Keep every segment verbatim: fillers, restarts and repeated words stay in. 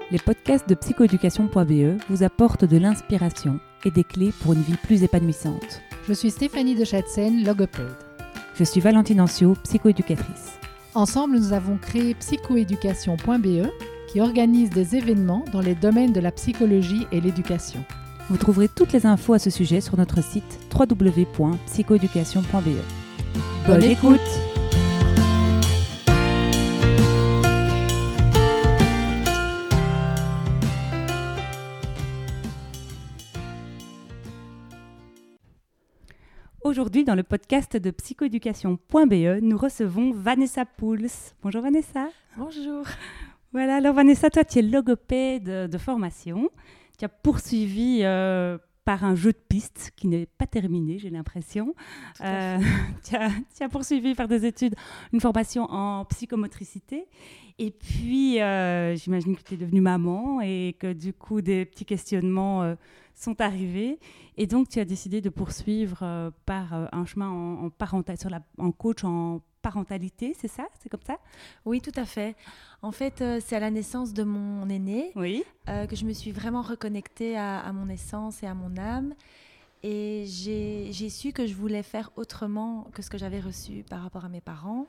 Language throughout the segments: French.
Les podcasts de psychoéducation point b e vous apportent de l'inspiration et des clés pour une vie plus épanouissante. Je suis Stéphanie de Chatzen, logopède. Je suis Valentine Ancio, psychoéducatrice. Ensemble, nous avons créé psychoéducation point b e qui organise des événements dans les domaines de la psychologie et l'éducation. Vous trouverez toutes les infos à ce sujet sur notre site w w w point psychoéducation point b e. Bonne, Bonne écoute, écoute Aujourd'hui, dans le podcast de psychoéducation point b e, nous recevons Vanessa Pouls. Bonjour Vanessa. Bonjour. Voilà, alors Vanessa, toi tu es logopède de formation. Tu as poursuivi euh, par un jeu de pistes qui n'est pas terminé, j'ai l'impression. Euh, tu, as, tu as poursuivi par des études, une formation en psychomotricité. Et puis, euh, j'imagine que tu es devenue maman et que du coup, des petits questionnements euh, sont arrivés. Et donc, tu as décidé de poursuivre euh, par euh, un chemin en, en, parental, sur la, en coach en parentalité, c'est ça? C'est comme ça? Oui, tout à fait. En fait, euh, c'est à la naissance de mon aîné oui. euh, que je me suis vraiment reconnectée à, à mon essence et à mon âme. Et j'ai, j'ai su que je voulais faire autrement que ce que j'avais reçu par rapport à mes parents.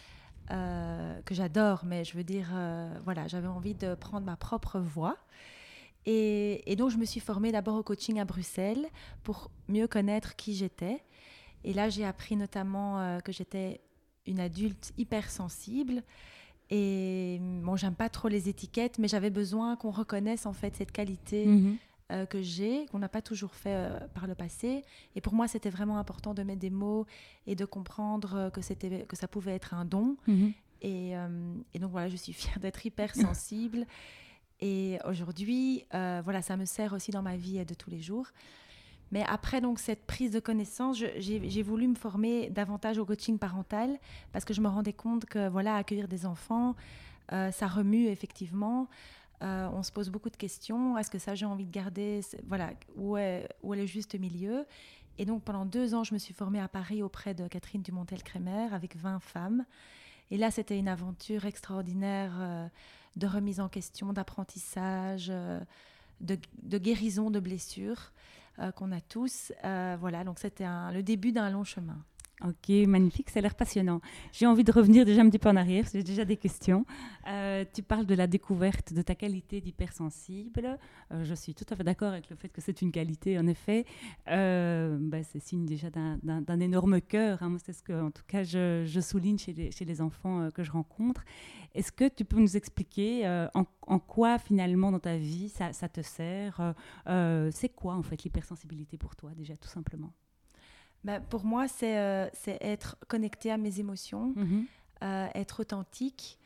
Euh, que j'adore, mais je veux dire, euh, voilà, j'avais envie de prendre ma propre voie. Et, et donc, je me suis formée d'abord au coaching à Bruxelles pour mieux connaître qui j'étais. Et là, j'ai appris notamment euh, que j'étais une adulte hypersensible. Et bon, j'aime pas trop les étiquettes, mais j'avais besoin qu'on reconnaisse en fait cette qualité mm-hmm. euh, que j'ai, qu'on n'a pas toujours fait euh, par le passé. Et pour moi, c'était vraiment important de mettre des mots et de comprendre que, c'était, que ça pouvait être un don. Mm-hmm. Et, euh, et donc voilà, je suis fière d'être hypersensible. Et aujourd'hui, euh, voilà, ça me sert aussi dans ma vie de tous les jours. Mais après donc, cette prise de connaissance, je, j'ai, j'ai voulu me former davantage au coaching parental parce que je me rendais compte que voilà, accueillir des enfants, euh, ça remue effectivement. Euh, on se pose beaucoup de questions. Est-ce que ça, j'ai envie de garder voilà, où est, où est le juste milieu? Et donc, pendant deux ans, je me suis formée à Paris auprès de Catherine Dumontel-Crémer avec vingt femmes. Et là, c'était une aventure extraordinaire euh, de remise en question, d'apprentissage, euh, de, de guérison de blessures. Euh, qu'on a tous. Euh, voilà, donc c'était un, le début d'un long chemin. Ok, magnifique, ça a l'air passionnant. J'ai envie de revenir déjà un petit peu en arrière, parce que j'ai déjà des questions. Euh, tu parles de la découverte de ta qualité d'hypersensible. Euh, je suis tout à fait d'accord avec le fait que c'est une qualité, en effet. Euh, bah, c'est signe déjà d'un, d'un, d'un énorme cœur. Hein. Moi, c'est ce que, en tout cas, je, je souligne chez les, chez les enfants euh, que je rencontre. Est-ce que tu peux nous expliquer euh, en, en quoi, finalement, dans ta vie, ça, ça te sert euh, C'est quoi, en fait, l'hypersensibilité pour toi, déjà, tout simplement? Ben, pour moi, c'est, euh, c'est être connecté à mes émotions, mm-hmm. euh, être authentique.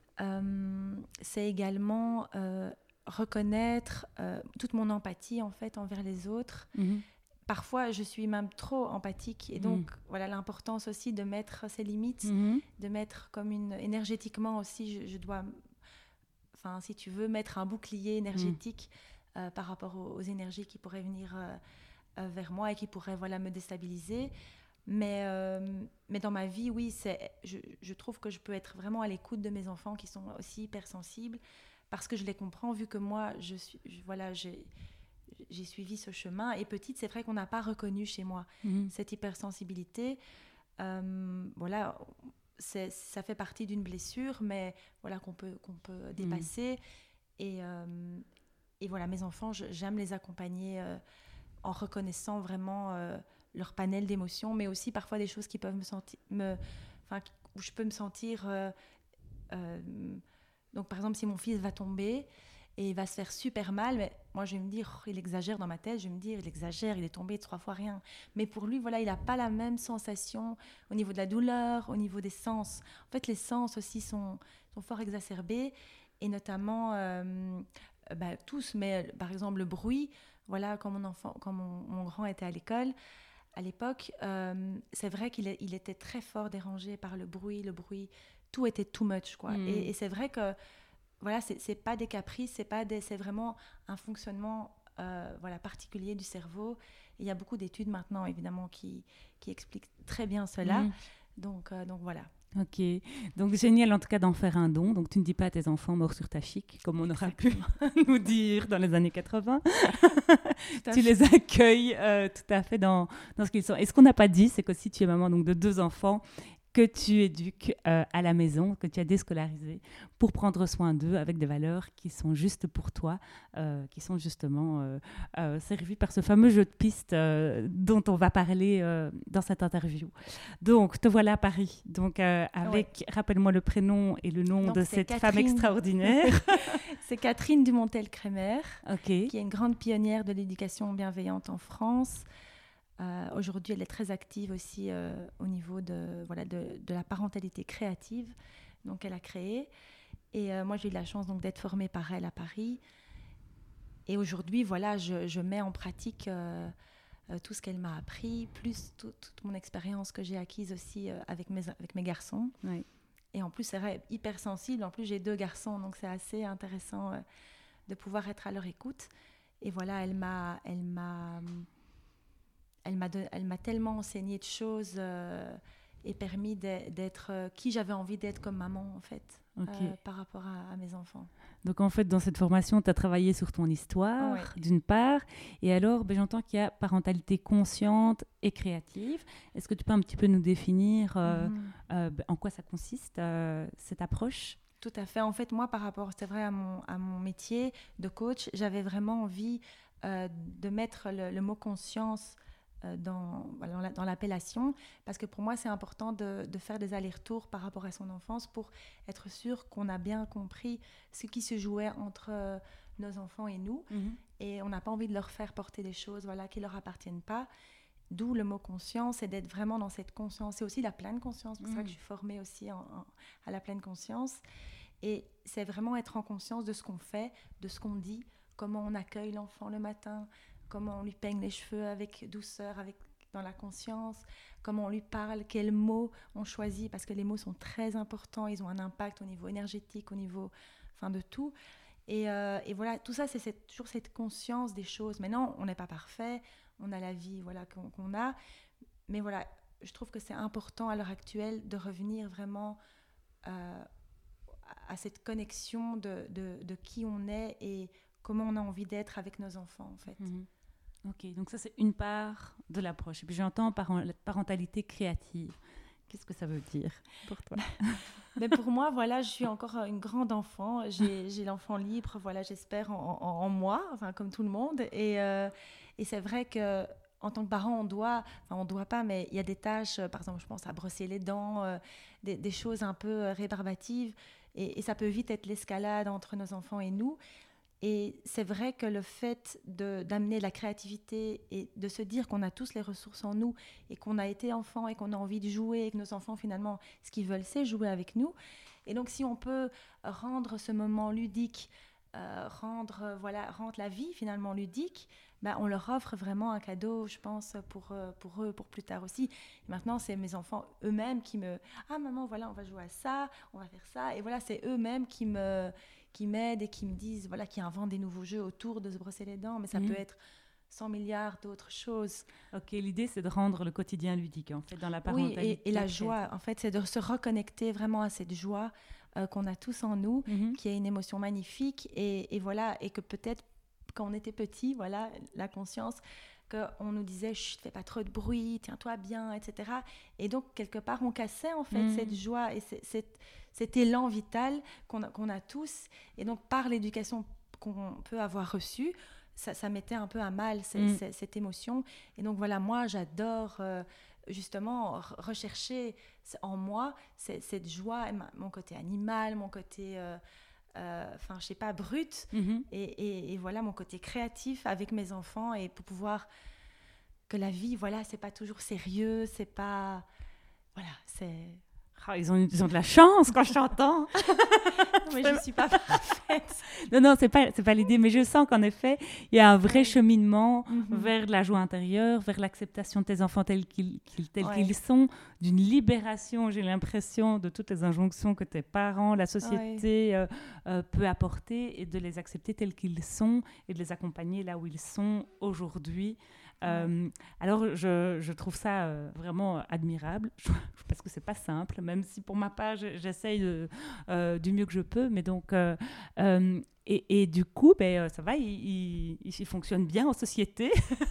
Euh, c'est également euh, reconnaître euh, toute mon empathie, en fait, envers les autres. Mm-hmm. Parfois, je suis même trop empathique. Et donc, mm. voilà l'importance aussi de mettre ses limites, mm-hmm. de mettre comme une... Énergétiquement aussi, je, je dois, enfin, si tu veux, mettre un bouclier énergétique mm. euh, par rapport aux, aux énergies qui pourraient venir... Euh, Euh, vers moi et qui pourrait voilà, me déstabiliser. Mais, euh, mais dans ma vie, oui, c'est, je, je trouve que je peux être vraiment à l'écoute de mes enfants qui sont aussi hypersensibles parce que je les comprends vu que moi, je suis, je, voilà, j'ai, j'ai suivi ce chemin. Et petite, c'est vrai qu'on n'a pas reconnu chez moi mmh. cette hypersensibilité. Euh, voilà, c'est, ça fait partie d'une blessure, mais voilà, qu'on peut, qu'on peut dépasser. Mmh. Et, euh, et voilà, mes enfants, je, j'aime les accompagner euh, en reconnaissant vraiment euh, leur panel d'émotions, mais aussi parfois des choses qui peuvent me sentir, me, enfin, où je peux me sentir... Euh, euh, donc, par exemple, si mon fils va tomber et il va se faire super mal, mais moi, je vais me dire, oh, il exagère dans ma tête, je vais me dire, il exagère, il est tombé trois fois rien. Mais pour lui, voilà, il n'a pas la même sensation au niveau de la douleur, au niveau des sens. En fait, les sens aussi sont, sont fort exacerbés, et notamment, euh, bah, tous, mais par exemple, le bruit. Voilà, quand mon enfant, quand mon, mon grand était à l'école, à l'époque, euh, c'est vrai qu'il est, il était très fort dérangé par le bruit, le bruit, tout était too much, quoi. Mmh. Et, et c'est vrai que, voilà, c'est, c'est pas des caprices, c'est pas des, c'est vraiment un fonctionnement, euh, voilà, particulier du cerveau. Et il y a beaucoup d'études maintenant, évidemment, qui, qui expliquent très bien cela. Mmh. Donc, euh, donc voilà. Ok, donc génial en tout cas d'en faire un don. Donc tu ne dis pas à tes enfants mort sur ta chic, comme on aura pu nous dire dans les années quatre-vingts. Tu les accueilles euh, tout à fait dans, dans ce qu'ils sont. Et ce qu'on n'a pas dit, c'est qu'aussi tu es maman donc, de deux enfants que tu éduques euh, à la maison, que tu as déscolarisés pour prendre soin d'eux avec des valeurs qui sont justes pour toi, euh, qui sont justement euh, euh, servies par ce fameux jeu de piste euh, dont on va parler euh, dans cette interview. Donc, te voilà à Paris, donc, euh, avec, ouais. rappelle-moi le prénom et le nom donc, de cette Catherine. Femme extraordinaire. C'est Catherine Dumontel-Crémer, okay. qui est une grande pionnière de l'éducation bienveillante en France. Euh, aujourd'hui, elle est très active aussi euh, au niveau de, voilà, de, de la parentalité créative. Donc, elle a créé. Et euh, moi, j'ai eu la chance donc, d'être formée par elle à Paris. Et aujourd'hui, voilà, je, je mets en pratique euh, euh, tout ce qu'elle m'a appris, plus tout, toute mon expérience que j'ai acquise aussi euh, avec, mes, avec mes garçons. Oui. Et en plus, c'est vrai, hyper sensible. En plus, j'ai deux garçons, donc c'est assez intéressant euh, de pouvoir être à leur écoute. Et voilà, elle m'a... Elle m'a Elle m'a, de, elle m'a tellement enseigné de choses euh, et permis de, d'être euh, qui j'avais envie d'être comme maman, en fait, okay. euh, par rapport à, à mes enfants. Donc, en fait, dans cette formation, tu as travaillé sur ton histoire, ouais. d'une part. Et alors, ben, j'entends qu'il y a parentalité consciente et créative. Est-ce que tu peux un petit peu nous définir euh, mm-hmm. euh, ben, en quoi ça consiste, euh, cette approche ? Tout à fait. En fait, moi, par rapport, c'est vrai, à mon, à mon métier de coach, j'avais vraiment envie euh, de mettre le, le mot conscience Dans, voilà, dans l'appellation, parce que pour moi c'est important de, de faire des allers-retours par rapport à son enfance pour être sûr qu'on a bien compris ce qui se jouait entre euh, nos enfants et nous, mm-hmm. et on n'a pas envie de leur faire porter des choses voilà, qui ne leur appartiennent pas, d'où le mot conscience, et d'être vraiment dans cette conscience. C'est aussi la pleine conscience, c'est pour mm. ça que je suis formée aussi en, en, à la pleine conscience, et c'est vraiment être en conscience de ce qu'on fait, de ce qu'on dit, comment on accueille l'enfant le matin, comment on lui peigne les cheveux avec douceur, avec, dans la conscience, comment on lui parle, quels mots on choisit, parce que les mots sont très importants, ils ont un impact au niveau énergétique, au niveau enfin, de tout. Et, euh, et voilà, tout ça, c'est cette, toujours cette conscience des choses. Maintenant, on n'est pas parfait, on a la vie voilà, qu'on, qu'on a, mais voilà, je trouve que c'est important à l'heure actuelle de revenir vraiment euh, à cette connexion de, de, de qui on est et comment on a envie d'être avec nos enfants, en fait. Mmh. Ok, donc ça, c'est une part de l'approche. Et puis j'entends parentalité créative. Qu'est-ce que ça veut dire pour toi ? Mais pour moi, voilà, je suis encore une grande enfant. J'ai, j'ai l'enfant libre, voilà, j'espère, en, en, en moi, enfin, comme tout le monde. Et, euh, et c'est vrai que en tant que parent, on doit, enfin, on doit pas, mais il y a des tâches, par exemple, je pense à brosser les dents, euh, des, des choses un peu rébarbatives. Et, et ça peut vite être l'escalade entre nos enfants et nous. Et c'est vrai que le fait de, d'amener de la créativité et de se dire qu'on a tous les ressources en nous et qu'on a été enfant et qu'on a envie de jouer et que nos enfants, finalement, ce qu'ils veulent, c'est jouer avec nous. Et donc, si on peut rendre ce moment ludique, euh, rendre, voilà, rendre la vie, finalement, ludique, ben, on leur offre vraiment un cadeau, je pense, pour, pour eux, pour plus tard aussi. Et maintenant, c'est mes enfants eux-mêmes qui me... « Ah, maman, voilà, on va jouer à ça, on va faire ça. » Et voilà, c'est eux-mêmes qui me... qui m'aident et qui me disent, voilà, qui inventent des nouveaux jeux autour de se brosser les dents, mais ça mmh. peut être cent milliards d'autres choses. Ok, l'idée, c'est de rendre le quotidien ludique, en fait, dans la parentalité. Oui, et, et la joie, en fait, c'est de se reconnecter vraiment à cette joie euh, qu'on a tous en nous, mmh. qui est une émotion magnifique, et, et voilà, et que peut-être, quand on était petit, voilà, la conscience, qu'on nous disait, chut, fais pas trop de bruit, tiens-toi bien, et cetera. Et donc, quelque part, on cassait, en fait, mmh. cette joie et c'est, cette, cet élan vital qu'on a, qu'on a tous. Et donc, par l'éducation qu'on peut avoir reçue, ça, ça mettait un peu à mal c'est, mmh. c'est, cette émotion. Et donc, voilà, moi, j'adore euh, justement rechercher en moi c'est, cette joie, mon côté animal, mon côté... Euh, enfin, euh, je sais pas, brut, mm-hmm. et, et, et voilà mon côté créatif avec mes enfants, et pour pouvoir que la vie, voilà, c'est pas toujours sérieux, c'est pas, voilà, c'est... Oh, ils, ont, ils ont de la chance quand je t'entends. Mais je suis pas parfaite. Non, non, c'est pas, c'est pas l'idée, mais je sens qu'en effet, il y a un vrai ouais. cheminement mm-hmm. vers la joie intérieure, vers l'acceptation de tes enfants tels qu'ils, qu'ils, tels ouais. qu'ils sont, d'une libération, j'ai l'impression, de toutes les injonctions que tes parents, la société ouais. euh, euh, peut apporter, et de les accepter tels qu'ils sont et de les accompagner là où ils sont aujourd'hui. Euh, alors, je, je trouve ça euh, vraiment admirable, parce que c'est pas simple, même si pour ma part, j'essaye de, euh, du mieux que je peux. Mais donc, euh, euh, et, et du coup, ben, ça va, il, il, il fonctionne bien en société.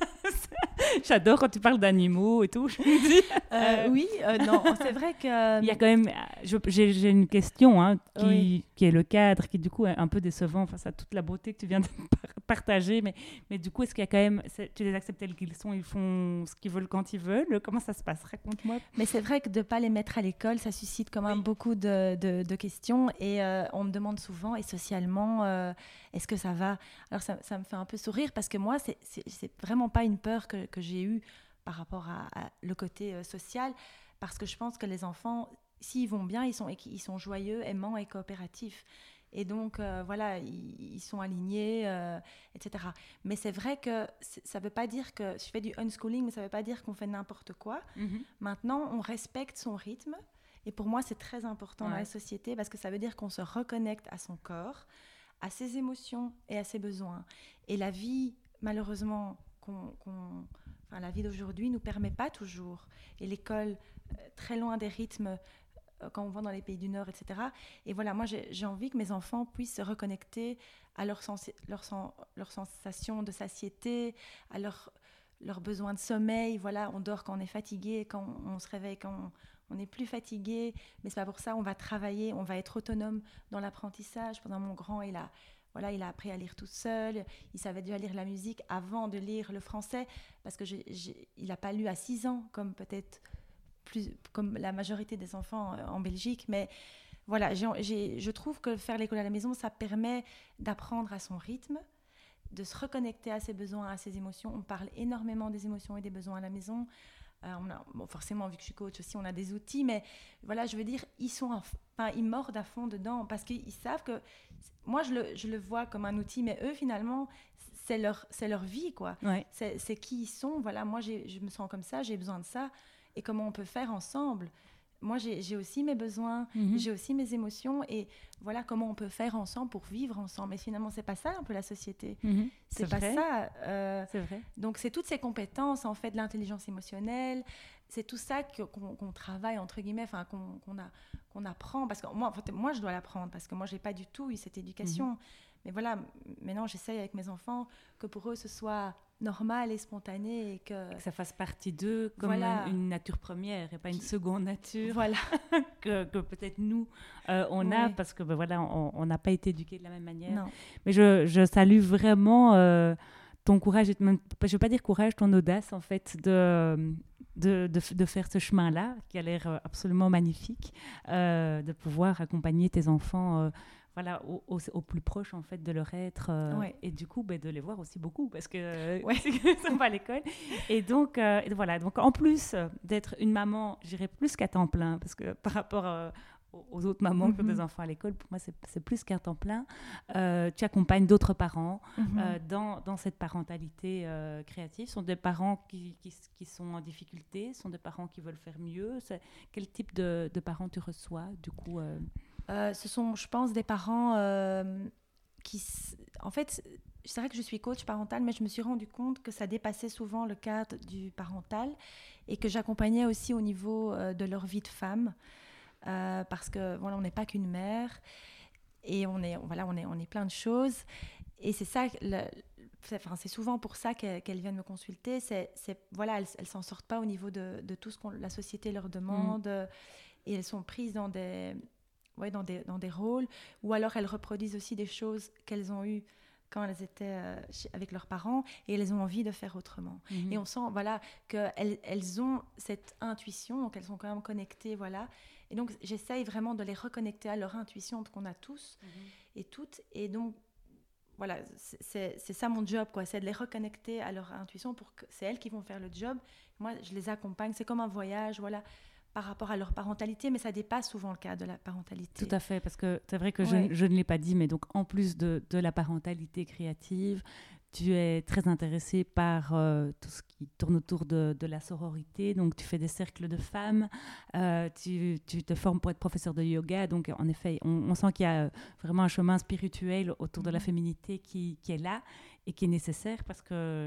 J'adore quand tu parles d'animaux et tout. Je me dis, euh, euh, oui, euh, non, c'est vrai que... Il y a quand même... Je, j'ai, j'ai une question hein, qui, oui. qui est le cadre, qui du coup est un peu décevant face à toute la beauté que tu viens de partager. Mais, mais du coup, est-ce qu'il y a quand même... Tu les acceptes tels qu'ils sont, ils font ce qu'ils veulent quand ils veulent. Comment ça se passe? Raconte-moi. Mais c'est vrai que de ne pas les mettre à l'école, ça suscite quand même oui. beaucoup de, de, de questions. Et euh, on me demande souvent, et socialement, euh, est-ce que ça va? Alors ça, ça me fait un peu sourire parce que moi, c'est, c'est, c'est vraiment pas une peur que, que j'ai eue par rapport à, à le côté euh, social. Parce que je pense que les enfants, s'ils vont bien, ils sont, ils sont joyeux, aimants et coopératifs. Et donc, euh, voilà, ils, ils sont alignés, euh, et cetera. Mais c'est vrai que c'est, ça ne veut pas dire que... Je fais du unschooling, mais ça ne veut pas dire qu'on fait n'importe quoi. Mm-hmm. Maintenant, on respecte son rythme. Et pour moi, c'est très important ouais. dans la société parce que ça veut dire qu'on se reconnecte à son corps, à ses émotions et à ses besoins. Et la vie, malheureusement, qu'on, qu'on, enfin, la vie d'aujourd'hui ne nous permet pas toujours. Et l'école, euh, très loin des rythmes... quand on va dans les pays du Nord, et cetera. Et voilà, moi, j'ai, j'ai envie que mes enfants puissent se reconnecter à leurs sens, leur sen, leur sensations de satiété, à leurs leur besoins de sommeil. Voilà, on dort quand on est fatigué, quand on, on se réveille quand on, on est plus fatigué. Mais c'est pas pour ça, on va travailler, on va être autonome dans l'apprentissage. Pendant mon grand, il a, voilà, il a appris à lire tout seul. Il savait déjà lire la musique avant de lire le français, parce que j'ai, j'ai, il n'a pas lu à six ans, comme peut-être... Plus, comme la majorité des enfants en Belgique, mais voilà, j'ai, j'ai, je trouve que faire l'école à la maison, ça permet d'apprendre à son rythme, de se reconnecter à ses besoins, à ses émotions. On parle énormément des émotions et des besoins à la maison. Euh, on a, bon, forcément, vu que je suis coach aussi, on a des outils, mais voilà, je veux dire, ils sont, enfin, ils mordent à fond dedans parce qu'ils savent que, moi, je le, je le vois comme un outil, mais eux, finalement, c'est leur, c'est leur vie, quoi. Ouais. C'est, c'est qui ils sont. Voilà, moi, j'ai, je me sens comme ça, j'ai besoin de ça. Et comment on peut faire ensemble. Moi, j'ai, j'ai aussi mes besoins, mm-hmm. j'ai aussi mes émotions. Et voilà comment on peut faire ensemble pour vivre ensemble. Et finalement, c'est pas ça un peu la société. Mm-hmm. C'est, c'est pas vrai. ça. Euh, c'est vrai. Donc, c'est toutes ces compétences, en fait, de l'intelligence émotionnelle. C'est tout ça que, qu'on, qu'on travaille, entre guillemets, enfin, qu'on, qu'on, a, qu'on apprend. Parce que moi, en fait, moi, je dois l'apprendre parce que moi, j'ai pas du tout eu cette éducation. Mm-hmm. Mais voilà, maintenant, j'essaye avec mes enfants que pour eux, ce soit normal et spontané et que... et que ça fasse partie d'eux comme voilà. une, une nature première et pas une seconde nature voilà. que, que peut-être nous euh, on oui. a parce que ben voilà on n'a pas été éduqués de la même manière. Non. Mais je, je salue vraiment euh, ton courage et même, je ne veux pas dire courage, ton audace en fait de, de, de, de faire ce chemin-là qui a l'air absolument magnifique, euh, de pouvoir accompagner tes enfants euh, voilà, au, au, au plus proche en fait de leur être euh, ouais. et du coup ben, de les voir aussi beaucoup parce que euh, ouais. ils sont pas à l'école et donc euh, et voilà, donc en plus d'être une maman, j'irais plus qu'à temps plein parce que par rapport euh, aux autres mamans mm-hmm. qui ont des enfants à l'école, pour moi c'est, c'est plus qu'un temps plein. Euh, tu accompagnes d'autres parents mm-hmm. euh, dans, dans cette parentalité euh, créative. Ce sont des parents qui, qui, qui sont en difficulté, ce sont des parents qui veulent faire mieux. C'est, quel type de, de parents tu reçois du coup euh... Euh, ce sont, je pense, des parents euh, qui... En fait, c'est vrai que je suis coach parental, mais je me suis rendu compte que ça dépassait souvent le cadre du parental et que j'accompagnais aussi au niveau euh, de leur vie de femme euh, parce que voilà, on n'est pas qu'une mère et on est, voilà, on est, on est plein de choses. Et c'est ça... Le, c'est, enfin, c'est souvent pour ça qu'elles, qu'elles viennent me consulter. C'est, c'est, voilà, elles ne s'en sortent pas au niveau de, de tout ce que la société leur demande mmh. et elles sont prises dans des... Ouais, dans, des, dans des rôles, ou alors elles reproduisent aussi des choses qu'elles ont eues quand elles étaient euh, chez, avec leurs parents et elles ont envie de faire autrement. Mm-hmm. Et on sent voilà, qu'elles elles ont cette intuition, donc elles sont quand même connectées. Voilà. Et donc j'essaye vraiment de les reconnecter à leur intuition qu'on a tous mm-hmm. et toutes. Et donc voilà, c'est, c'est, c'est ça mon job, quoi, c'est de les reconnecter à leur intuition pour que c'est elles qui vont faire le job. Moi, je les accompagne, c'est comme un voyage, voilà. Par rapport à leur parentalité, mais ça dépasse souvent le cas de la parentalité. Tout à fait, parce que c'est vrai que ouais. je, je ne l'ai pas dit, mais donc en plus de, de la parentalité créative, tu es très intéressée par euh, tout ce qui tourne autour de, de la sororité, donc tu fais des cercles de femmes, euh, tu, tu te formes pour être professeur de yoga, donc en effet, on, on sent qu'il y a vraiment un chemin spirituel autour mm-hmm. de la féminité qui, qui est là et qui est nécessaire parce que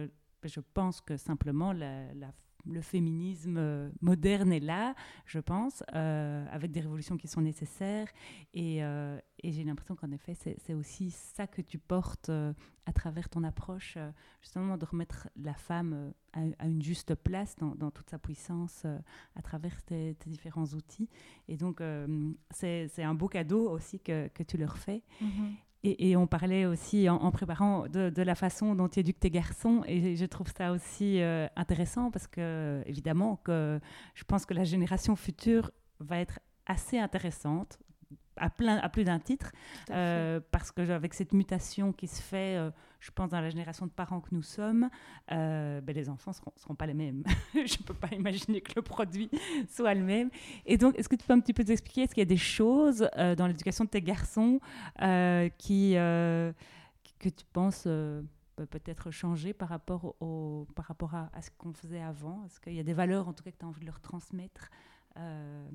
que je pense que simplement la, la le féminisme moderne est là, je pense, euh, avec des révolutions qui sont nécessaires. Et, euh, et j'ai l'impression qu'en effet, c'est, c'est aussi ça que tu portes euh, à travers ton approche, euh, justement, de remettre la femme euh, à, à une juste place dans, dans toute sa puissance euh, à travers tes, tes différents outils. Et donc, euh, c'est, c'est un beau cadeau aussi que, que tu leur fais. Mm-hmm. Et, et on parlait aussi, en, en préparant, de, de la façon dont tu éduques tes garçons. Et je trouve ça aussi euh, intéressant parce que, évidemment, que je pense que la génération future va être assez intéressante, à, plein, à plus d'un titre, euh, parce qu'avec cette mutation qui se fait, euh, je pense, dans la génération de parents que nous sommes, euh, ben, les enfants ne seront, seront pas les mêmes. Je ne peux pas imaginer que le produit soit le même. Et donc, est-ce que tu peux un petit peu nous expliquer, est-ce qu'il y a des choses euh, dans l'éducation de tes garçons euh, qui, euh, que tu penses euh, peut-être changer par rapport, au, par rapport à, à ce qu'on faisait avant? Est-ce qu'il y a des valeurs, en tout cas, que tu as envie de leur transmettre euh,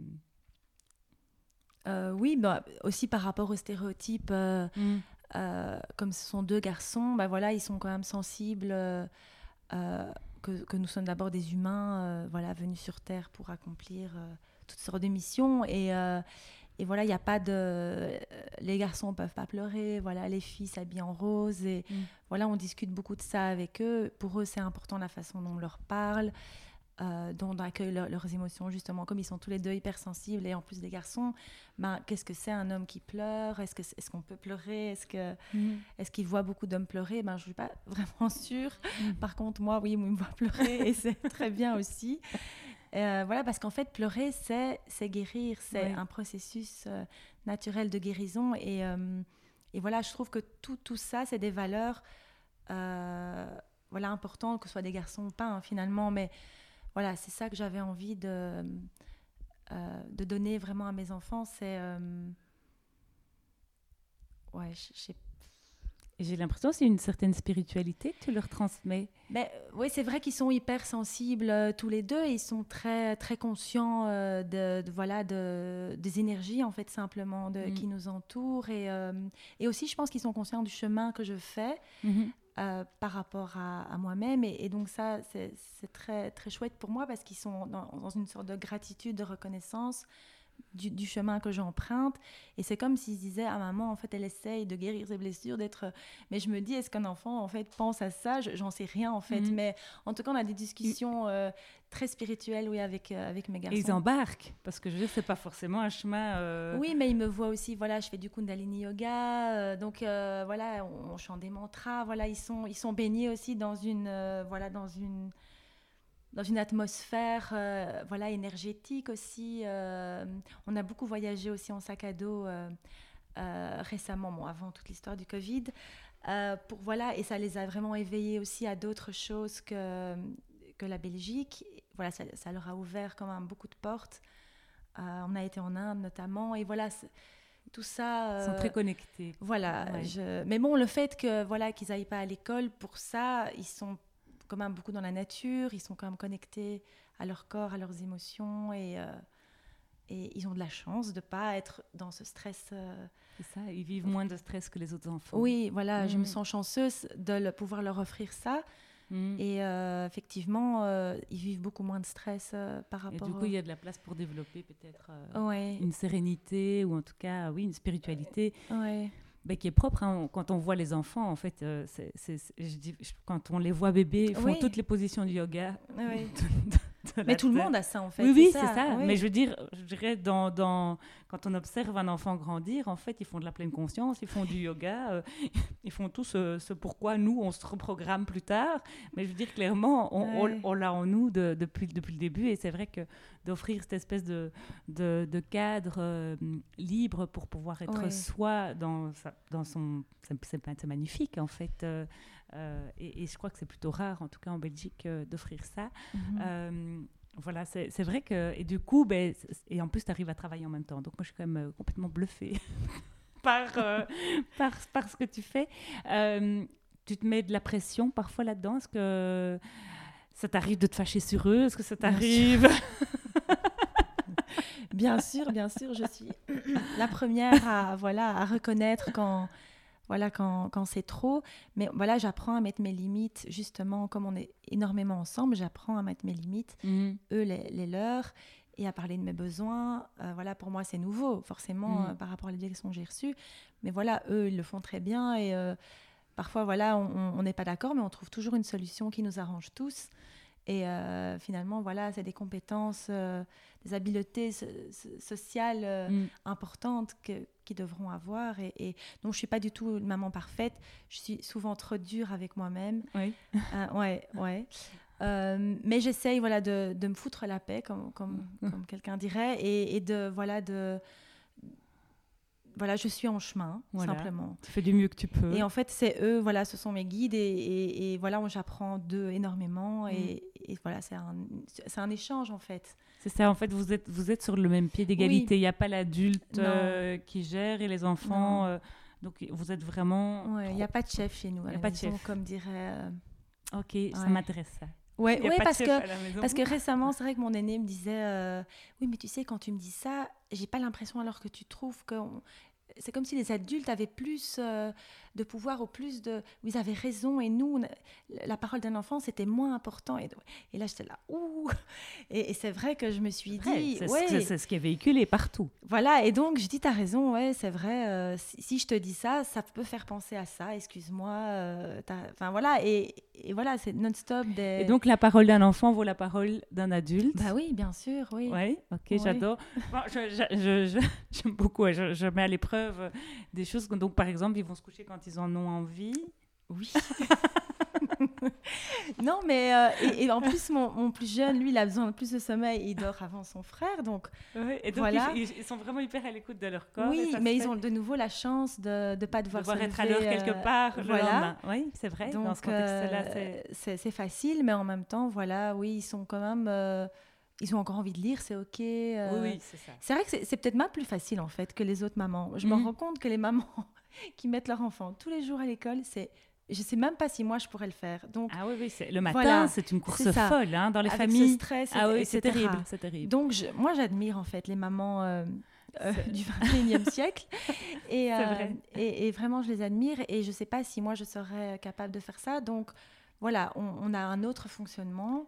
Euh, oui, bah, aussi par rapport aux stéréotypes, euh, mm. euh, comme ce sont deux garçons, bah, voilà, ils sont quand même sensibles euh, euh, que, que nous sommes d'abord des humains euh, voilà, venus sur Terre pour accomplir euh, toutes sortes de missions. Et, euh, et voilà, il n'y a pas de... Les garçons ne peuvent pas pleurer, voilà, les filles s'habillent en rose. Et mm. voilà, on discute beaucoup de ça avec eux. Pour eux, c'est important la façon dont on leur parle. Euh, dont on accueille leur, leurs émotions, justement, comme ils sont tous les deux hypersensibles, et en plus des garçons, ben, qu'est-ce que c'est un homme qui pleure? Est-ce, que, est-ce qu'on peut pleurer? Est-ce, que, mmh. est-ce qu'ils voient beaucoup d'hommes pleurer? Ben, je ne suis pas vraiment sûre. Mmh. Par contre, moi, oui, ils me voient pleurer, et c'est très bien aussi. Euh, voilà, parce qu'en fait, pleurer, c'est, c'est guérir, c'est oui. un processus euh, naturel de guérison, et, euh, et voilà, je trouve que tout, tout ça, c'est des valeurs euh, voilà, importantes, que ce soit des garçons ou pas, hein, finalement, mais voilà, c'est ça que j'avais envie de, euh, de donner vraiment à mes enfants. C'est... Euh... Ouais, je sais J'ai l'impression que c'est une certaine spiritualité que tu leur transmets. Mais, oui, c'est vrai qu'ils sont hypersensibles euh, tous les deux. Et ils sont très, très conscients euh, de, de, voilà, de, des énergies, en fait, simplement, de, mmh. qui nous entourent. Et, euh, et aussi, je pense qu'ils sont conscients du chemin que je fais. Mmh. Euh, par rapport à, à moi-même et, et donc ça c'est, c'est très, très chouette pour moi parce qu'ils sont dans, dans une sorte de gratitude, de reconnaissance du, du chemin que j'emprunte et c'est comme s'ils disaient à maman en fait elle essaye de guérir ses blessures, d'être... mais je me dis est-ce qu'un enfant en fait pense à ça? J'en sais rien en fait, mmh. mais en tout cas on a des discussions euh, très spirituelles oui, avec, euh, avec mes garçons. Et ils embarquent parce que je veux dire c'est pas forcément un chemin euh... oui mais ils me voient aussi, voilà je fais du Kundalini Yoga euh, donc euh, voilà on, on chante des mantras, voilà ils sont, ils sont baignés aussi dans une euh, voilà dans une dans une atmosphère euh, voilà, énergétique aussi. Euh, on a beaucoup voyagé aussi en sac à dos euh, euh, récemment, bon, avant toute l'histoire du Covid. Euh, pour, voilà, et ça les a vraiment éveillés aussi à d'autres choses que, que la Belgique. Voilà, ça, ça leur a ouvert quand même beaucoup de portes. Euh, on a été en Inde notamment. Et voilà, tout ça... Euh, Ils sont très connectés. Voilà. Ouais. Je, mais bon, le fait que, voilà, qu'ils n'aillent pas à l'école, pour ça, ils sont... quand même beaucoup dans la nature, ils sont quand même connectés à leur corps, à leurs émotions et, euh, et ils ont de la chance de ne pas être dans ce stress. Euh... C'est ça, ils vivent moins de stress que les autres enfants. Oui, voilà, mmh. je me sens chanceuse de le, pouvoir leur offrir ça mmh. et euh, effectivement, euh, ils vivent beaucoup moins de stress euh, par rapport... Et du coup, il y a de la place pour développer peut-être euh, ouais. une sérénité ou en tout cas, oui, une spiritualité. Ouais. Ben, qui est propre, hein. Quand on voit les enfants, en fait, euh, c'est, c'est, c'est, je dis, je, quand on les voit bébés, ils font oui. toutes les positions du yoga. Oui. de, de mais tout le monde a ça, en fait. Oui, oui, c'est c'est ça. ça. Oui. Mais je veux dire, je dirais, dans, dans, quand on observe un enfant grandir, en fait, ils font de la pleine conscience, ils font du yoga, euh, ils font tout ce, ce pourquoi nous, on se reprogramme plus tard. Mais je veux dire, clairement, on, ouais. on, on l'a en nous de, depuis, depuis le début. Et c'est vrai que d'offrir cette espèce de, de, de cadre euh, libre pour pouvoir être ouais. soi dans, sa, dans son... C'est, c'est, c'est magnifique, en fait. Euh, euh, et, et je crois que c'est plutôt rare, en tout cas en Belgique, euh, d'offrir ça. Mm-hmm. Euh, voilà, c'est, c'est vrai que... Et du coup, ben, et en plus, tu arrives à travailler en même temps. Donc moi, je suis quand même euh, complètement bluffée par, euh, par, par ce que tu fais. Euh, tu te mets de la pression parfois là-dedans? Est-ce que ça t'arrive de te fâcher sur eux? Est-ce que ça t'arrive... Bien sûr, bien sûr, je suis la première à, voilà, à reconnaître quand, voilà, quand, quand c'est trop. Mais voilà, j'apprends à mettre mes limites, justement, comme on est énormément ensemble, j'apprends à mettre mes limites, mmh. eux, les, les leurs, et à parler de mes besoins. Euh, voilà, pour moi, c'est nouveau, forcément, mmh. euh, par rapport à l'éducation que j'ai reçue. Mais voilà, eux, ils le font très bien. Et euh, parfois, voilà, on n'est pas d'accord, mais on trouve toujours une solution qui nous arrange tous. Et euh, finalement, voilà, c'est des compétences, euh, des habiletés so- so- sociales euh, mm. importantes que, qu'ils devront avoir. Et, et donc, je ne suis pas du tout une maman parfaite. Je suis souvent trop dure avec moi-même. Oui. Euh, ouais, ouais. Euh, mais j'essaye, voilà, de, de me foutre la paix, comme, comme, mm. comme quelqu'un dirait, et, et de, voilà, de... Voilà, je suis en chemin, voilà. Simplement. Tu fais du mieux que tu peux. Et en fait, c'est eux, voilà, ce sont mes guides. Et, et, et voilà, moi, j'apprends d'eux énormément. Mm. Et, et voilà, c'est un, c'est un échange, en fait. C'est ça, en fait, vous êtes, vous êtes sur le même pied d'égalité. Oui. Il n'y a pas l'adulte euh, qui gère et les enfants. Euh, donc, vous êtes vraiment... Ouais, il n'y a pas de chef chez nous. Il n'y a pas maison, de chef. Comme dirait... Euh... Ok, ouais. Ça m'intéresse, ça. Oui, ouais, parce, que, parce que récemment, c'est vrai que mon aîné me disait euh, oui, mais tu sais, quand tu me dis ça, j'ai pas l'impression alors que tu trouves que on... c'est comme si les adultes avaient plus euh, de pouvoir ou plus de... Ils avaient raison et nous, on... la parole d'un enfant, c'était moins important. Et, et là, j'étais là, ouh et, et c'est vrai que je me suis dit... C'est, ouais, c'est, c'est ce qui est véhiculé partout. Voilà, et donc je dis, t'as raison, ouais, c'est vrai, euh, si, si je te dis ça, ça peut faire penser à ça, excuse-moi. Euh, enfin voilà, et, et voilà, c'est non-stop. Des... Et donc la parole d'un enfant vaut la parole d'un adulte. Bah oui, bien sûr, oui. Oui, ok, oui. J'adore. Bon, je, je, je, je, j'aime beaucoup, je, je mets à l'épreuve des choses. Donc par exemple, ils vont se coucher quand ils en ont envie. Oui. Non, mais euh, et, et en plus, mon, mon plus jeune, lui, il a besoin de plus de sommeil. Il dort avant son frère, donc. Oui, et donc voilà. ils, ils sont vraiment hyper à l'écoute de leur corps. Oui, mais ils ont de nouveau la chance de ne pas devoir, devoir se être lever, à l'heure quelque part. Euh, Le voilà. lendemain. Oui, c'est vrai. Donc, dans ce contexte-là, euh, c'est... c'est c'est facile, mais en même temps, voilà, oui, ils sont quand même. Euh, Ils ont encore envie de lire, c'est OK. Euh, oui, oui, c'est ça. C'est vrai que c'est, c'est peut-être même plus facile, en fait, que les autres mamans. Je mm-hmm. me rends compte que les mamans qui mettent leur enfant tous les jours à l'école, c'est... Je ne sais même pas si moi, je pourrais le faire. Donc, ah oui, oui c'est... le matin, voilà, c'est une course c'est folle hein, dans les avec familles. Ce stress, ah oui, c'est terrible, c'est terrible. Donc, je, moi, j'admire, en fait, les mamans euh, euh, du vingt et unième siècle. Et, c'est euh, vrai. Et, et vraiment, je les admire. Et je ne sais pas si moi, je serais capable de faire ça. Donc, voilà, on, on a un autre fonctionnement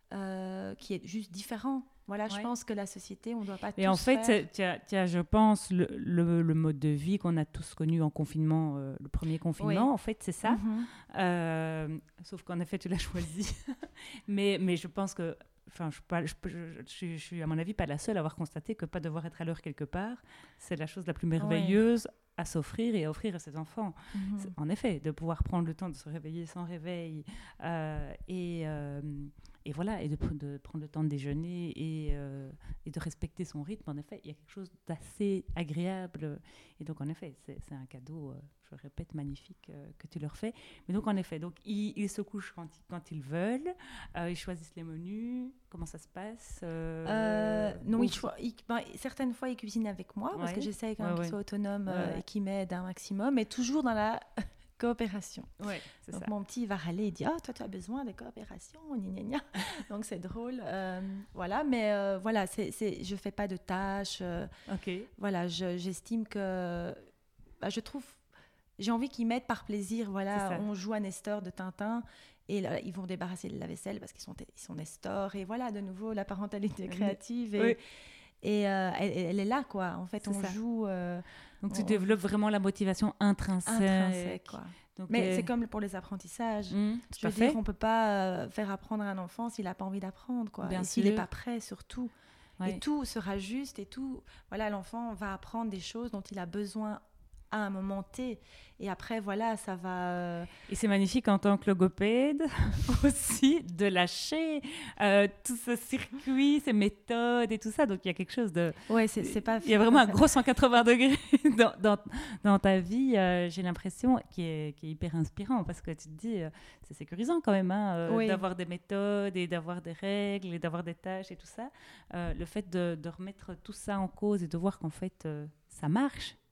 euh, qui est juste différent. Voilà, ouais. Je pense que la société, on ne doit pas et tous en fait, faire... tu as, je pense, le, le, le mode de vie qu'on a tous connu en confinement, euh, le premier confinement, oui. En fait, c'est ça. Mm-hmm. Euh, sauf qu'en effet, tu l'as choisi. mais, mais je pense que, enfin, je, je, je, je, je suis, à mon avis, pas la seule à avoir constaté que pas devoir être à l'heure quelque part, c'est la chose la plus merveilleuse ouais. à s'offrir et à offrir à ses enfants. Mm-hmm. En effet, de pouvoir prendre le temps de se réveiller sans réveil euh, et... Euh, Et voilà, et de, de prendre le temps de déjeuner et, euh, et de respecter son rythme, en effet, il y a quelque chose d'assez agréable. Et donc, en effet, c'est, c'est un cadeau, euh, je le répète, magnifique euh, que tu leur fais. Mais donc, en effet, donc, ils, ils se couchent quand ils, quand ils veulent, euh, ils choisissent les menus, comment ça se passe euh, euh, Non, ils cho- ils, ben, certaines fois, ils cuisinent avec moi, parce ouais. que j'essaie quand même ouais, qu'ils ouais. soient autonomes euh, ouais. et qu'ils m'aident un maximum, mais toujours dans la... coopération. Ouais, c'est donc ça. Mon petit il va râler, il dit ah oh, toi tu as besoin de coopération, gna gna gna. Donc c'est drôle, euh, voilà. Mais euh, voilà, c'est, c'est, je fais pas de tâches. Euh, ok. Voilà, je, j'estime que bah, je trouve, j'ai envie qu'ils m'aident par plaisir. Voilà, on joue à Nestor de Tintin. Et là, ils vont débarrasser de la vaisselle parce qu'ils sont, ils sont Nestor. Et voilà, de nouveau, la parentalité créative. Et, oui. et euh, elle, elle est là, quoi. En fait, c'est on ça. joue... Euh, Donc, tu on, développes vraiment la motivation intrinsèque. Intrinsèque, quoi. Donc, mais euh... c'est comme pour les apprentissages. Mmh, je veux dire, on ne peut pas euh, faire apprendre à un enfant s'il n'a pas envie d'apprendre, quoi. Bien et sûr. s'il n'est pas prêt, surtout. Ouais. Et tout sera juste et tout... Voilà, l'enfant va apprendre des choses dont il a besoin à un moment T. Et après, voilà, ça va... Euh... Et c'est magnifique en tant que logopède aussi de lâcher euh, tout ce circuit, ces méthodes et tout ça. Donc, il y a quelque chose de... Ouais, c'est, c'est pas... Il y a vraiment un gros cent quatre-vingts degrés dans, dans, dans ta vie, euh, j'ai l'impression, qui est, qui est hyper inspirant parce que tu te dis, euh, c'est sécurisant quand même, hein, euh, oui. d'avoir des méthodes et d'avoir des règles et d'avoir des tâches et tout ça. Euh, le fait de, de remettre tout ça en cause et de voir qu'en fait, euh, ça marche.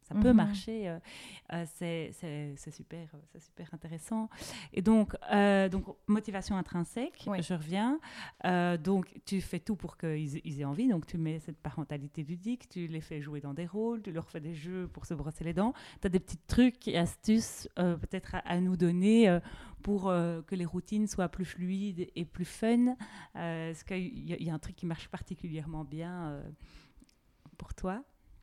ça peut mm-hmm. marcher. Euh, euh, c'est, c'est, c'est, super, c'est super intéressant. Et donc, euh, donc motivation intrinsèque, oui. je reviens. Euh, donc, tu fais tout pour qu'ils ils aient envie. Donc, tu mets cette parentalité ludique, tu les fais jouer dans des rôles, tu leur fais des jeux pour se brosser les dents. Tu as des petits trucs et astuces euh, peut-être à, à nous donner euh, pour euh, que les routines soient plus fluides et plus fun. Euh, est-ce qu'il y, y a un truc qui marche particulièrement bien euh, pour toi?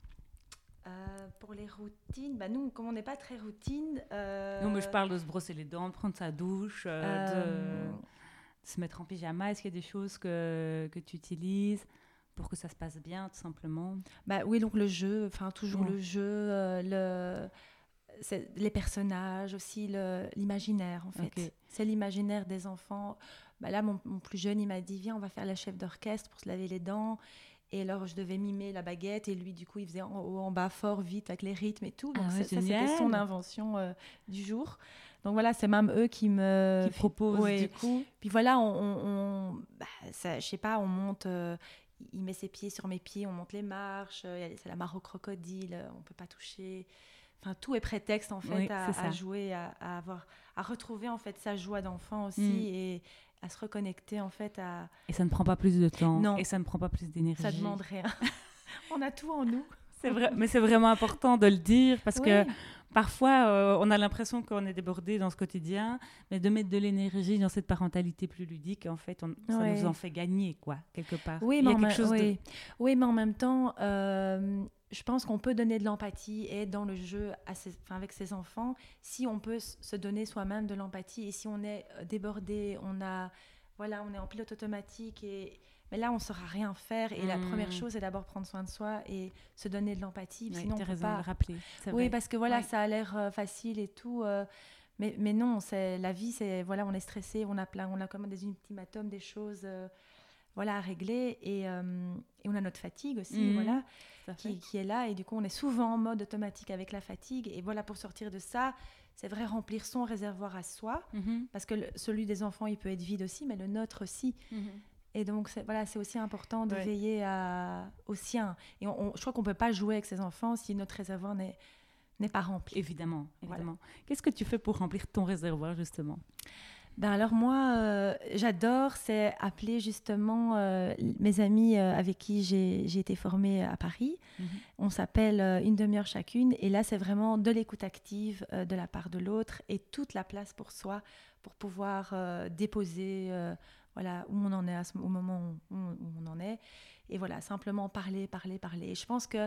Euh, pour les routines, bah nous, comme on n'est pas très routine... Euh... Non, mais je parle de se brosser les dents, de prendre sa douche, euh, euh... De, de se mettre en pyjama. Est-ce qu'il y a des choses que, que tu utilises pour que ça se passe bien, tout simplement? Bah oui, donc le jeu, enfin toujours mmh. le jeu, euh, le... C'est les personnages aussi, le, l'imaginaire en fait. Okay. C'est l'imaginaire des enfants. Bah là, mon, mon plus jeune, il m'a dit, viens, on va faire la chef d'orchestre pour se laver les dents. Et alors, je devais mimer la baguette et lui, du coup, il faisait en haut, en bas, fort, vite, avec les rythmes et tout. Donc, ah ouais, ça, c'était son invention euh, du jour. Donc voilà, c'est même eux qui me... Qui proposent, ouais. du coup. Puis voilà, on... on, on bah, ça, je sais pas, on monte... Euh, il met ses pieds sur mes pieds, on monte les marches. Euh, c'est la mare au crocodile, on peut pas toucher... Enfin, tout est prétexte en fait oui, à, à jouer, à, à avoir, à retrouver en fait sa joie d'enfant aussi mm. et à se reconnecter en fait à. Et ça ne prend pas plus de temps. Non. Et ça ne prend pas plus d'énergie. Ça demande rien. On a tout en nous. C'est vrai, mais c'est vraiment important de le dire parce oui. que parfois euh, on a l'impression qu'on est débordé dans ce quotidien, mais de mettre de l'énergie dans cette parentalité plus ludique, en fait, on, ça oui. nous en fait gagner quoi, quelque part. Oui, mais, Il y a quelque chose oui. De... oui, mais en même temps. Euh, Je pense qu'on peut donner de l'empathie et être dans le jeu à ses, enfin avec ses enfants si on peut se donner soi-même de l'empathie et si on est débordé, on a voilà, on est en pilote automatique et mais là on ne saura rien faire et mmh. la première chose c'est d'abord prendre soin de soi et se donner de l'empathie. Oui, sinon tu as on peut raison pas... de le rappeler. C'est oui, vrai. parce que voilà, ouais. ça a l'air euh, facile et tout. Euh, mais mais non, c'est la vie, c'est voilà, on est stressé, on a plein, on a comme des ultimatums, des choses. Euh, voilà, à régler et, euh, et on a notre fatigue aussi mmh, voilà, qui, qui est là et du coup on est souvent en mode automatique avec la fatigue et voilà, pour sortir de ça c'est vrai, remplir son réservoir à soi mmh. parce que le, celui des enfants il peut être vide aussi mais le nôtre aussi mmh. et donc c'est, voilà, c'est aussi important de ouais. veiller à, au sien et on, on, je crois qu'on ne peut pas jouer avec ses enfants si notre réservoir n'est, n'est pas rempli. Évidemment, évidemment. Voilà. Qu'est-ce que tu fais pour remplir ton réservoir justement? Ben alors moi, euh, j'adore, c'est appeler justement euh, mes amis euh, avec qui j'ai, j'ai été formée à Paris. Mm-hmm. On s'appelle euh, une demi-heure chacune et là c'est vraiment de l'écoute active euh, de la part de l'autre et toute la place pour soi pour pouvoir euh, déposer euh, voilà, où on en est à ce, au moment où, où on en est. Et voilà, simplement parler, parler, parler. Et je pense que,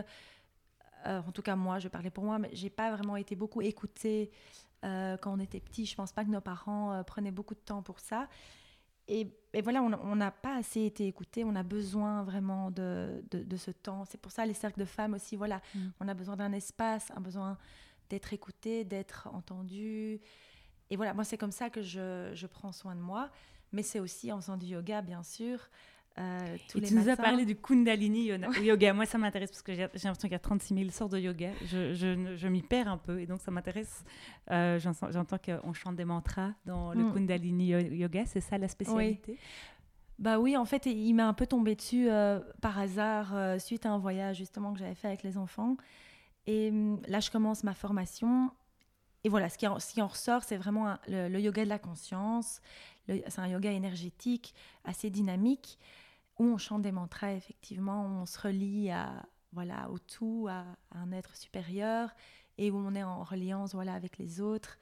euh, en tout cas moi, je vais parler pour moi, mais j'ai pas vraiment été beaucoup écoutée Euh, quand on était petit. Je pense pas que nos parents euh, prenaient beaucoup de temps pour ça et, et voilà, on n'a pas assez été écoutés, on a besoin vraiment de, de, de ce temps. C'est pour ça les cercles de femmes aussi, voilà, mmh. on a besoin d'un espace, un besoin d'être écouté, d'être entendu et voilà, moi c'est comme ça que je, je prends soin de moi, mais c'est aussi en faisant du yoga bien sûr. Euh, tous et les tu matins. nous as parlé du Kundalini yoga. Moi, ça m'intéresse parce que j'ai, j'ai l'impression qu'il y a trente-six mille sortes de yoga. Je, je, je m'y perds un peu et donc ça m'intéresse. Euh, j'entends, j'entends qu'on chante des mantras dans le mm. Kundalini yoga. C'est ça la spécialité? Oui. Bah oui, en fait, il m'est un peu tombé dessus euh, par hasard euh, suite à un voyage justement que j'avais fait avec les enfants. Et là, je commence ma formation. Et voilà, ce qui en, ce qui en ressort, c'est vraiment un, le, le yoga de la conscience. Le, c'est un yoga énergétique assez dynamique, où on chante des mantras, effectivement, où on se relie à, voilà, au tout, à, à un être supérieur, et où on est en reliance voilà, avec les autres.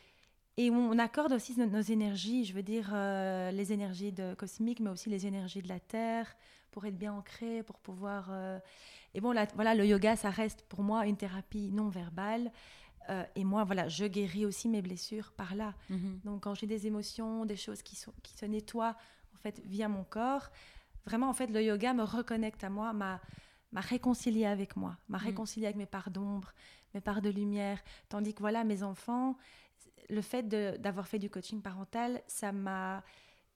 Et où on accorde aussi nos, nos énergies, je veux dire euh, les énergies de, cosmiques, mais aussi les énergies de la Terre, pour être bien ancré, pour pouvoir... Euh... Et bon, là, voilà, le yoga, ça reste pour moi une thérapie non verbale. Euh, et moi, voilà, je guéris aussi mes blessures par là. Mm-hmm. Donc, quand j'ai des émotions, des choses qui, sont, qui se nettoient, en fait, via mon corps... Vraiment, en fait, le yoga me reconnecte à moi, m'a, m'a réconcilié avec moi, m'a mmh. réconcilié avec mes parts d'ombre, mes parts de lumière. Tandis que, voilà, mes enfants, le fait de, d'avoir fait du coaching parental, ça m'a...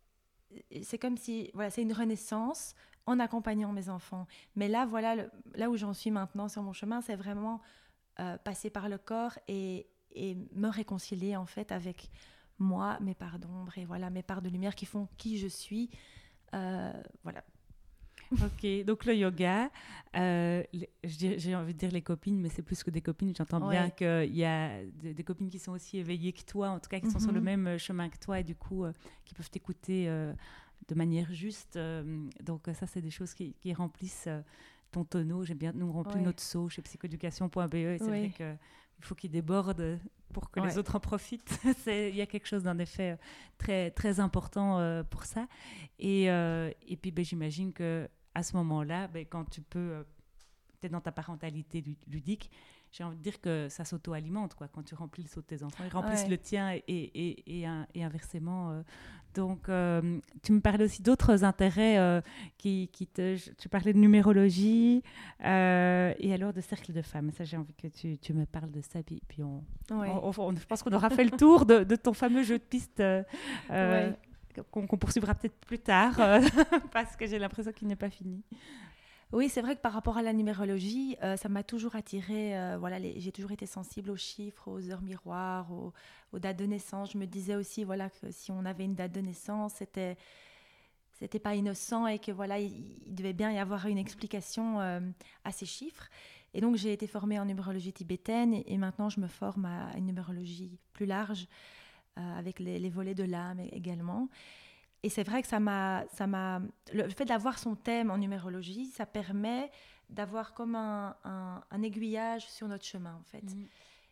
C'est comme si... Voilà, c'est une renaissance en accompagnant mes enfants. Mais là, voilà, le, là où j'en suis maintenant sur mon chemin, c'est vraiment euh, passer par le corps et, et me réconcilier, en fait, avec moi, mes parts d'ombre et, voilà, mes parts de lumière qui font qui je suis. Euh, voilà. Ok, donc le yoga, euh, les, j'ai envie de dire les copines, mais c'est plus que des copines. J'entends ouais. bien qu'il y a des, des copines qui sont aussi éveillées que toi, en tout cas qui mm-hmm. sont sur le même chemin que toi et du coup euh, qui peuvent t'écouter euh, de manière juste. Euh, donc ça, c'est des choses qui, qui remplissent euh, ton tonneau. J'ai bien, nous rempli ouais. notre seau chez psychoéducation point b e et c'est ouais. vrai qu'il faut qu'il déborde pour que ouais. les autres en profitent. Il y a quelque chose d'un effet très, très important euh, pour ça. Et, euh, et puis, ben, j'imagine que à ce moment-là, ben, quand tu peux, euh, peut-être dans ta parentalité ludique, j'ai envie de dire que ça s'auto-alimente, quoi. Quand tu remplis le seau de tes enfants, ils remplissent ouais. le tien et, et, et, et, et inversement. Euh. Donc, euh, tu me parlais aussi d'autres intérêts euh, qui, qui te... Tu parlais de numérologie euh, et alors de cercle de femmes. Ça, j'ai envie que tu, tu me parles de ça. Puis, puis on, ouais. on, on, on, je pense qu'on aura fait le tour de, de ton fameux jeu de piste euh, ouais. qu'on, qu'on poursuivra peut-être plus tard euh, parce que j'ai l'impression qu'il n'est pas fini. Oui, c'est vrai que par rapport à la numérologie, euh, ça m'a toujours attirée. Euh, voilà, les, j'ai toujours été sensible aux chiffres, aux heures miroirs, aux, aux dates de naissance. Je me disais aussi voilà, que si on avait une date de naissance, c'était, c'était pas innocent et que voilà, il, il devait bien y avoir une explication euh, à ces chiffres. Et donc, j'ai été formée en numérologie tibétaine et, et maintenant, je me forme à une numérologie plus large euh, avec les, les volets de l'âme également. Et c'est vrai que ça m'a, ça m'a, le fait d'avoir son thème en numérologie, ça permet d'avoir comme un, un, un aiguillage sur notre chemin, en fait. Mmh.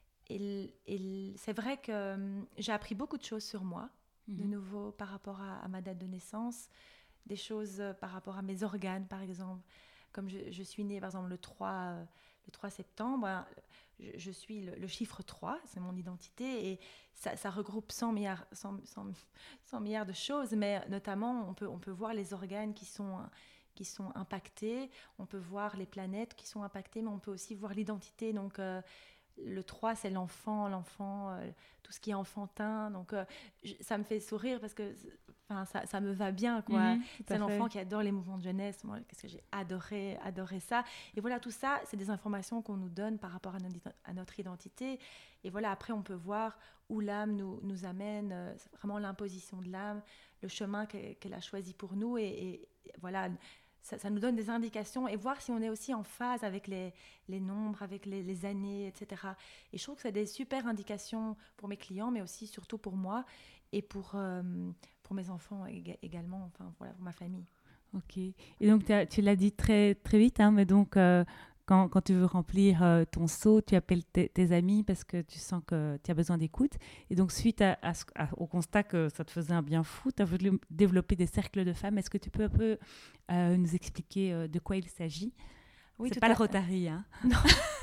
Et, et c'est vrai que j'ai appris beaucoup de choses sur moi, mmh. de nouveau par rapport à, à ma date de naissance, des choses par rapport à mes organes, par exemple. Comme je, je suis née, par exemple, le trois, le trois septembre, je, je suis le, le chiffre trois, c'est mon identité, et ça, ça regroupe cent milliards, cent, cent, cent milliards de choses, mais notamment, on peut, on peut voir les organes qui sont, qui sont impactés, on peut voir les planètes qui sont impactées, mais on peut aussi voir l'identité. Donc, euh, le trois, c'est l'enfant, l'enfant, euh, tout ce qui est enfantin. Donc, euh, je, ça me fait sourire parce que enfin, ça, ça me va bien, quoi. Mmh, c'est l'enfant qui adore les mouvements de jeunesse. Moi, qu'est-ce que j'ai adoré, adoré ça. Et voilà, tout ça, c'est des informations qu'on nous donne par rapport à notre, à notre identité. Et voilà, après, on peut voir où l'âme nous, nous amène. Euh, c'est vraiment l'imposition de l'âme, le chemin qu'elle, qu'elle a choisi pour nous. Et, et, et voilà... Ça, ça nous donne des indications et voir si on est aussi en phase avec les, les nombres, avec les, les années, et cetera. Et je trouve que c'est des super indications pour mes clients, mais aussi surtout pour moi et pour, euh, pour mes enfants ég- également, enfin voilà, pour ma famille. Ok. Et donc, tu l'as dit très, très vite, hein, mais donc, euh, quand, quand tu veux remplir euh, ton seau, tu appelles t- tes amis parce que tu sens que tu as besoin d'écoute. Et donc, suite à, à, à, au constat que ça te faisait un bien fou, tu as voulu développer des cercles de femmes. Est-ce que tu peux un peu euh, nous expliquer euh, de quoi il s'agit ? Oui, c'est pas le Rotary, hein ? Non.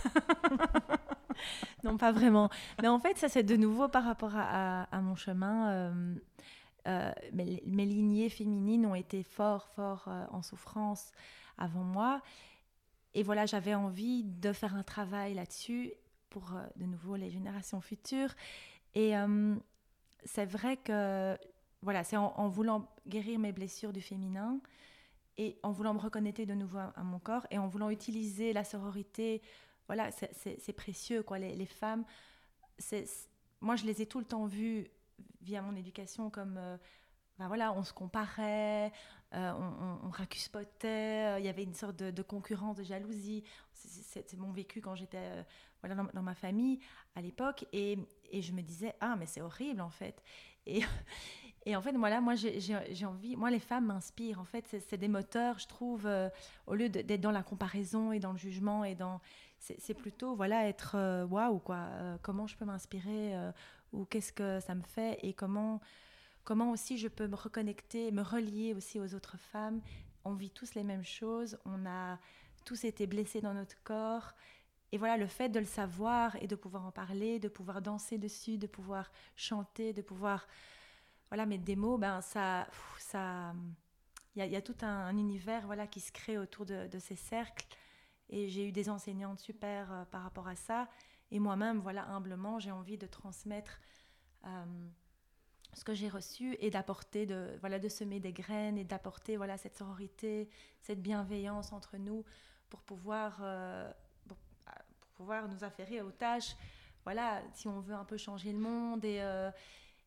Non, pas vraiment. Mais en fait, ça, c'est de nouveau par rapport à, à, à mon chemin. Euh, euh, mes, mes lignées féminines ont été fort, fort euh, en souffrance avant moi. Et voilà, j'avais envie de faire un travail là-dessus pour, euh, de nouveau, les générations futures. Et euh, c'est vrai que, voilà, c'est en, en voulant guérir mes blessures du féminin et en voulant me reconnecter de nouveau à, à mon corps et en voulant utiliser la sororité, voilà, c'est, c'est, c'est précieux, quoi. Les, les femmes, c'est, c'est, moi, je les ai tout le temps vues via mon éducation comme... Euh, ben voilà, on se comparait, euh, on, on, on racuspotait, il y avait une sorte de, de concurrence, de jalousie. C'est, c'est, c'est mon vécu quand j'étais euh, voilà, dans, dans ma famille à l'époque. Et, et je me disais, ah, mais c'est horrible en fait. Et, et en fait, voilà, moi, j'ai, j'ai, j'ai envie... Moi, les femmes m'inspirent. En fait, c'est, c'est des moteurs, je trouve, euh, au lieu de, d'être dans la comparaison et dans le jugement. Et dans, c'est, c'est plutôt, voilà, être euh, waouh, quoi. Euh, comment je peux m'inspirer euh, ou qu'est-ce que ça me fait et comment... Comment aussi je peux me reconnecter, me relier aussi aux autres femmes. On vit tous les mêmes choses, on a tous été blessés dans notre corps. Et voilà, le fait de le savoir et de pouvoir en parler, de pouvoir danser dessus, de pouvoir chanter, de pouvoir voilà, mettre des mots, ben ça, ça, il y, y a tout un, un univers voilà, qui se crée autour de, de ces cercles. Et j'ai eu des enseignantes super euh, par rapport à ça. Et moi-même, voilà, humblement, j'ai envie de transmettre... Euh, ce que j'ai reçu et d'apporter, de, voilà, de semer des graines et d'apporter voilà, cette sororité, cette bienveillance entre nous pour pouvoir, euh, pour, pour pouvoir nous affairer aux tâches, voilà, si on veut un peu changer le monde et, euh,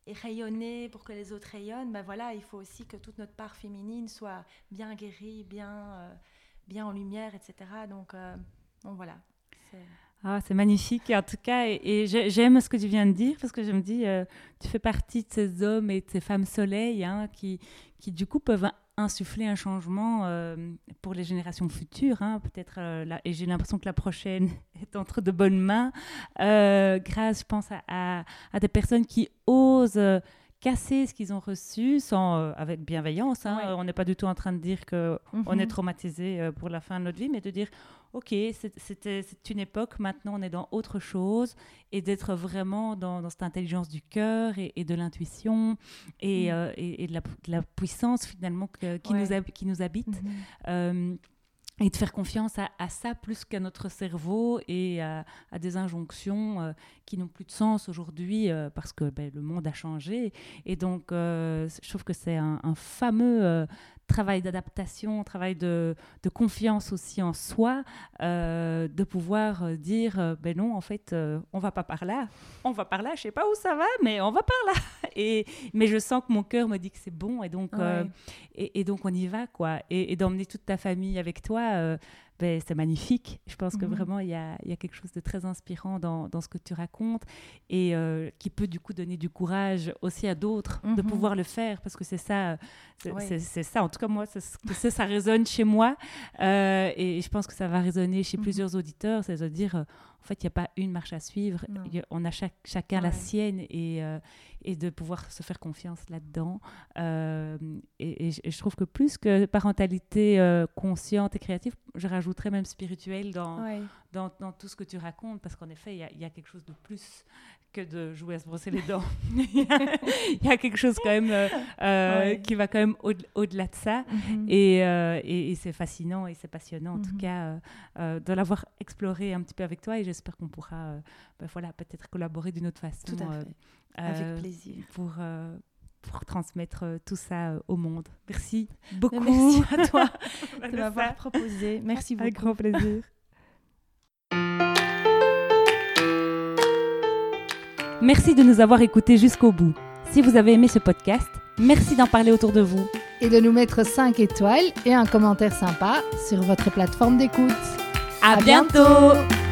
et rayonner pour que les autres rayonnent, ben voilà, il faut aussi que toute notre part féminine soit bien guérie, bien, euh, bien en lumière, et cetera. Donc, euh, donc voilà. C'est... Ah, c'est magnifique en tout cas, et, et j'aime ce que tu viens de dire, parce que je me dis, euh, tu fais partie de ces hommes et de ces femmes soleil hein, qui, qui du coup peuvent insuffler un changement euh, pour les générations futures, hein, peut-être, euh, là, et j'ai l'impression que la prochaine est entre de bonnes mains, euh, grâce, je pense, à, à, à des personnes qui osent euh, casser ce qu'ils ont reçu sans, euh, avec bienveillance. Hein. Ouais. On n'est pas du tout en train de dire qu'on mm-hmm. est traumatisé euh, pour la fin de notre vie, mais de dire ok, c'est, c'était, c'est une époque, maintenant on est dans autre chose, et d'être vraiment dans, dans cette intelligence du cœur et, et de l'intuition et, mmh. euh, et, et de, la, de la puissance finalement que, qui, ouais. nous, hab, qui nous habite. Mmh. Euh, et de faire confiance à, à ça plus qu'à notre cerveau et à, à des injonctions euh, qui n'ont plus de sens aujourd'hui euh, parce que ben, le monde a changé. Et donc, euh, je trouve que c'est un, un fameux euh, travail d'adaptation, travail de, de confiance aussi en soi, euh, de pouvoir euh, dire, euh, ben non, en fait, euh, on ne va pas par là. On va par là, je ne sais pas où ça va, mais on va par là. Et, mais je sens que mon cœur me dit que c'est bon et donc, ouais. euh, et, et donc on y va, quoi. Et, et d'emmener toute ta famille avec toi, euh, ben, c'est magnifique. Je pense mmh. que vraiment, il y a, y a quelque chose de très inspirant dans, dans ce que tu racontes et euh, qui peut du coup donner du courage aussi à d'autres mmh. de pouvoir le faire parce que c'est ça, c'est, ouais. c'est, c'est ça. En tout cas, moi, c'est, c'est, ça résonne chez moi euh, et je pense que ça va résonner chez mmh. plusieurs auditeurs. C'est de dire, euh, en fait, il n'y a pas une marche à suivre. A, on a chaque, chacun ouais. la sienne et, euh, et de pouvoir se faire confiance là-dedans. Euh, et, et, et je trouve que plus que parentalité euh, consciente et créative, je rajouterais même spirituelle dans, ouais. dans, dans tout ce que tu racontes, parce qu'en effet, il y, y a quelque chose de plus que de jouer à se brosser les dents. Il y, y a quelque chose quand même euh, euh, ouais. qui va quand même au, au-delà de ça. Mm-hmm. Et, euh, et, et c'est fascinant et c'est passionnant, en mm-hmm. tout cas, euh, euh, de l'avoir exploré un petit peu avec toi. Et j'espère qu'on pourra euh, ben voilà, peut-être collaborer d'une autre façon. Tout à fait. Euh, avec plaisir. Pour... Euh, pour transmettre euh, tout ça euh, au monde. Merci beaucoup. Merci à toi de m'avoir proposé. Merci beaucoup. Avec grand plaisir. Merci de nous avoir écoutés jusqu'au bout. Si vous avez aimé ce podcast, merci d'en parler autour de vous. Et de nous mettre cinq étoiles et un commentaire sympa sur votre plateforme d'écoute. À, à bientôt, bientôt